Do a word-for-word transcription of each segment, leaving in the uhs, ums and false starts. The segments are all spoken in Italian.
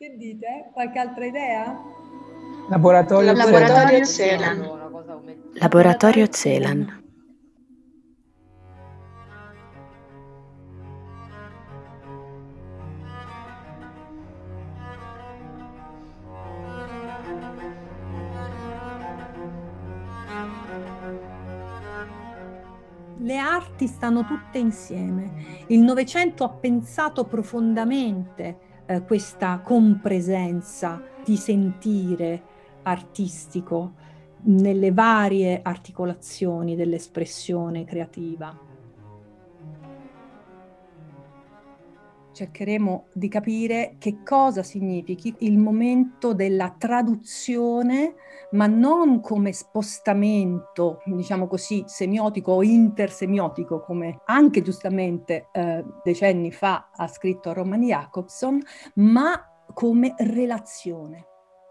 Che dite? Qualche altra idea? Laboratorio Laboratorio Celan. Celan. Laboratorio Celan. Le arti stanno tutte insieme. Il Novecento ha pensato profondamente eh, questa compresenza di sentire artistico nelle varie articolazioni dell'espressione creativa. Cercheremo di capire che cosa significhi il momento della traduzione, ma non come spostamento, diciamo così, semiotico o intersemiotico, come anche giustamente eh, decenni fa ha scritto Roman Jakobson, ma come relazione.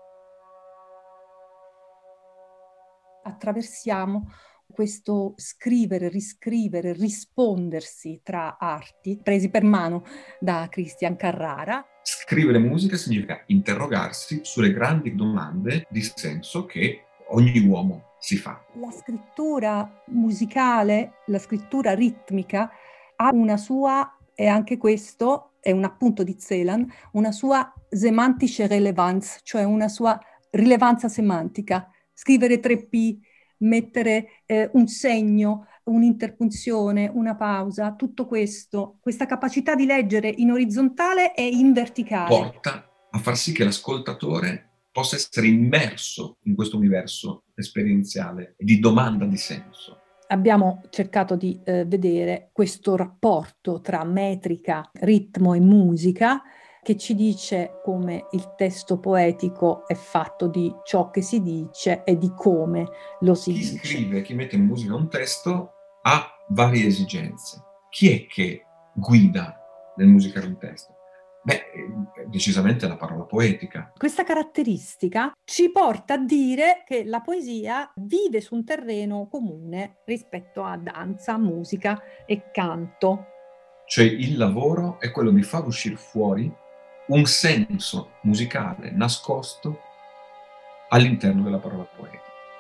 Attraversiamo questo scrivere, riscrivere, rispondersi tra arti, presi per mano da Christian Carrara. Scrivere musica significa interrogarsi sulle grandi domande di senso che ogni uomo si fa. La scrittura musicale, la scrittura ritmica ha una sua, e anche questo è un appunto di Celan, una sua semantische Relevanz, cioè una sua rilevanza semantica. Scrivere tre P, mettere eh, un segno, un'interpunzione, una pausa, tutto questo, questa capacità di leggere in orizzontale e in verticale. Porta a far sì che l'ascoltatore possa essere immerso in questo universo esperienziale di domanda di senso. Abbiamo cercato di eh, vedere questo rapporto tra metrica, ritmo e musica, che ci dice come il testo poetico è fatto di ciò che si dice e di come lo si chi dice. Chi scrive, chi mette in musica un testo ha varie esigenze. Chi è che guida nel musicare un testo? Beh, decisamente la parola poetica. Questa caratteristica ci porta a dire che la poesia vive su un terreno comune rispetto a danza, musica e canto. Cioè il lavoro è quello di far uscire fuori un senso musicale nascosto all'interno della parola poetica.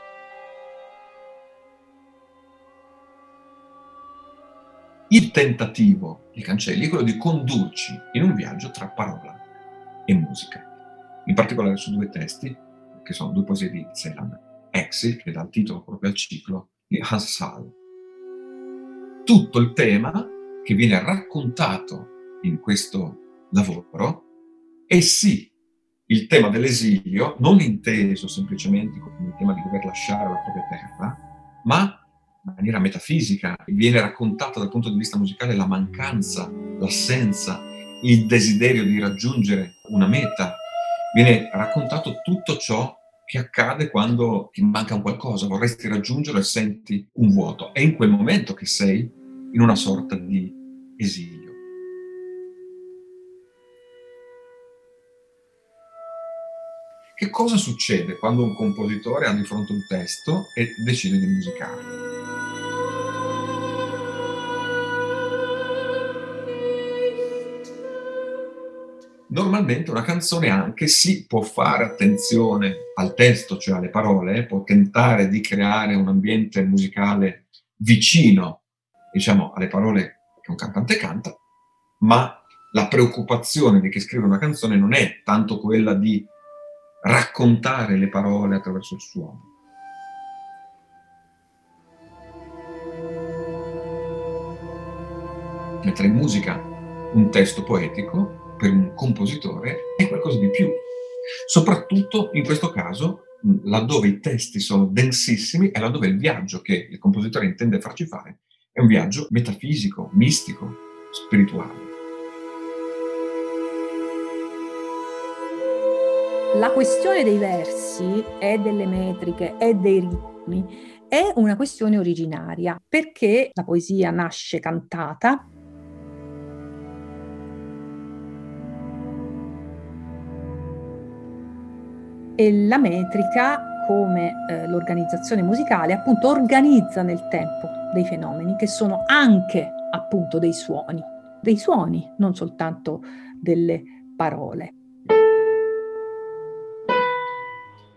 Il tentativo di Cancelli è quello di condurci in un viaggio tra parola e musica, in particolare su due testi, che sono due poesie di Celan, Exit, che dà il titolo proprio al ciclo, di Hassal. Tutto il tema che viene raccontato in questo lavoro è sì il tema dell'esilio, non inteso semplicemente come il tema di dover lasciare la propria terra, ma in maniera metafisica. Viene raccontata dal punto di vista musicale la mancanza, l'assenza, il desiderio di raggiungere una meta. Viene raccontato tutto ciò che accade quando ti manca un qualcosa, vorresti raggiungerlo e senti un vuoto. È in quel momento che sei in una sorta di esilio. Che cosa succede quando un compositore ha di fronte un testo e decide di musicarlo? Normalmente una canzone anche sì può fare attenzione al testo, cioè alle parole, può tentare di creare un ambiente musicale vicino, diciamo, alle parole che un cantante canta, ma la preoccupazione di chi scrive una canzone non è tanto quella di raccontare le parole attraverso il suono. Mettere in musica un testo poetico per un compositore è qualcosa di più, soprattutto in questo caso laddove i testi sono densissimi e laddove il viaggio che il compositore intende farci fare è un viaggio metafisico, mistico, spirituale. La questione dei versi e delle metriche e dei ritmi è una questione originaria, perché la poesia nasce cantata e la metrica, come eh, l'organizzazione musicale, appunto organizza nel tempo dei fenomeni che sono anche appunto dei suoni, dei suoni, non soltanto delle parole.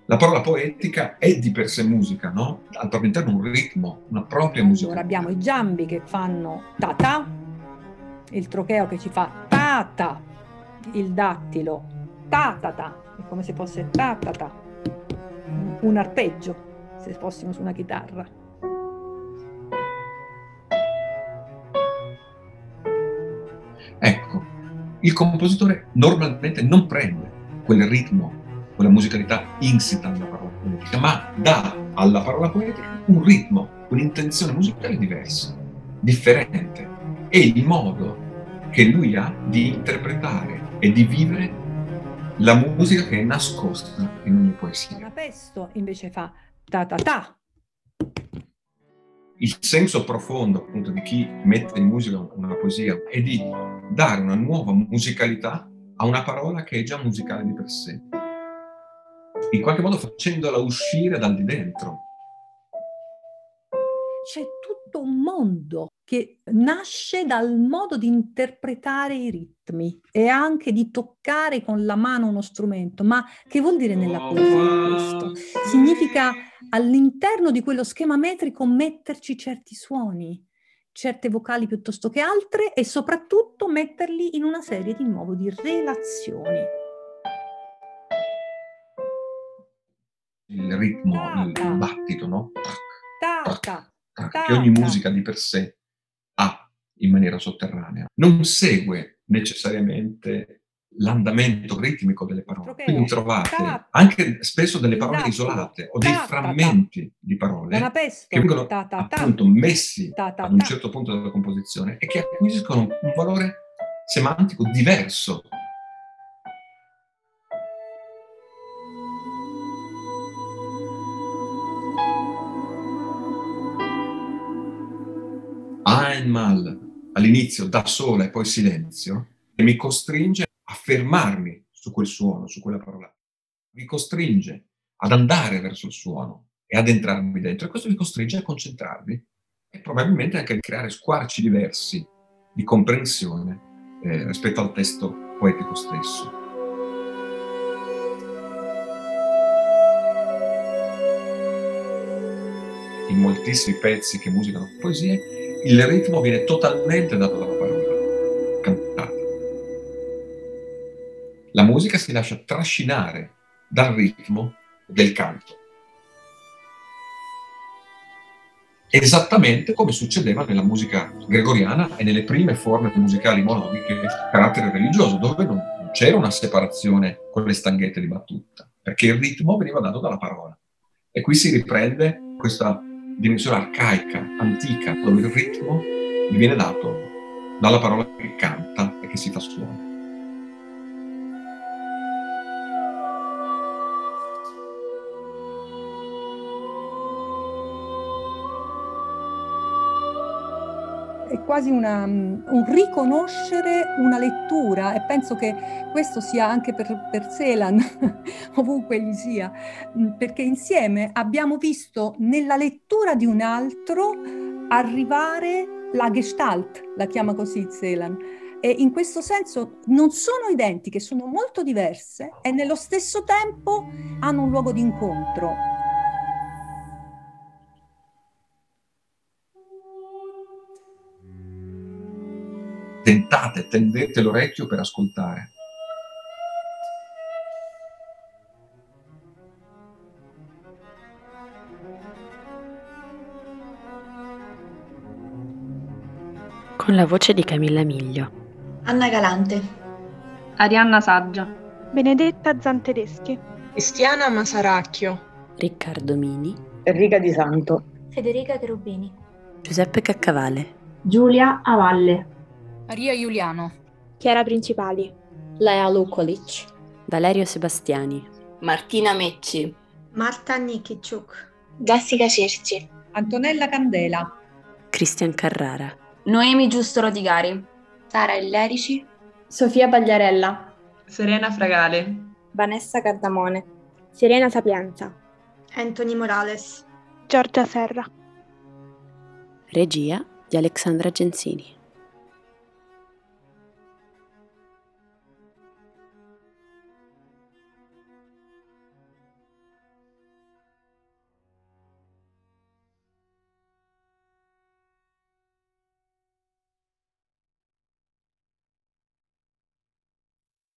La parola poetica è di per sé musica, no? Al proprio interno un ritmo, una propria musica. Allora abbiamo i giambi che fanno ta-ta, il trocheo che ci fa ta-ta, il dattilo ta-ta-ta, è come se fosse ta-ta-ta, un arpeggio, se fossimo su una chitarra. Ecco, il compositore normalmente non prende quel ritmo, quella musicalità insita nella parola poetica, ma dà alla parola poetica un ritmo, un'intenzione musicale diversa, differente. È il modo che lui ha di interpretare e di vivere la musica che è nascosta in ogni poesia. Buonapesto invece fa ta-ta-ta. Il senso profondo appunto di chi mette in musica una poesia è di dare una nuova musicalità a una parola che è già musicale di per sé, in qualche modo facendola uscire dal di dentro. C'è tutto un mondo che nasce dal modo di interpretare i ritmi e anche di toccare con la mano uno strumento. Ma che vuol dire nella poesia questo? Significa all'interno di quello schema metrico metterci certi suoni, certe vocali piuttosto che altre, e soprattutto metterli in una serie di nuovo di relazioni. Il ritmo, Ta-ta. il battito, no? Ta-ta. Che ogni musica di per sé ha in maniera sotterranea. Non segue necessariamente l'andamento ritmico delle parole. Quindi trovate anche spesso delle parole isolate o dei frammenti di parole che vengono appunto messi ad un certo punto della composizione e che acquisiscono un valore semantico diverso. Einmal, all'inizio da sola e poi silenzio, e mi costringe a fermarmi su quel suono, su quella parola. Mi costringe ad andare verso il suono e ad entrarmi dentro, e questo mi costringe a concentrarmi e probabilmente anche a creare squarci diversi di comprensione eh, rispetto al testo poetico stesso. In moltissimi pezzi che musicano poesie, il ritmo viene totalmente dato dalla parola cantata. La musica si lascia trascinare dal ritmo del canto. Esattamente come succedeva nella musica gregoriana e nelle prime forme musicali monodiche di carattere religioso, dove non c'era una separazione con le stanghette di battuta, perché il ritmo veniva dato dalla parola. E qui si riprende questa dimensione arcaica, antica, dove il ritmo gli viene dato dalla parola che canta e che si fa suono. È quasi una, un riconoscere una lettura, e penso che questo sia anche per, per Celan, ovunque egli sia, perché insieme abbiamo visto nella lettura di un altro arrivare la Gestalt, la chiama così Celan, e in questo senso non sono identiche, sono molto diverse e nello stesso tempo hanno un luogo di incontro. Tentate, tendete l'orecchio per ascoltare. Con la voce di Camilla Miglio, Anna Galante, Arianna Saggia, Benedetta Zantedeschi, Cristiana Masaracchio, Riccardo Mini, Enrica Di Santo, Federica Cherubini, Giuseppe Caccavale, Giulia Avalle, Maria Giuliano, Chiara Principali, Lea Lukolic, Valerio Sebastiani, Martina Mecci, Marta Nikiciuk, Jessica Cerci, Antonella Candela, Cristian Carrara, Noemi Giusto Rodigari, Sara Illerici, Sofia Bagliarella, Serena Fragale, Vanessa Cardamone, Serena Sapienza, Anthony Morales, Giorgia Serra. Regia di Alexandra Genzini.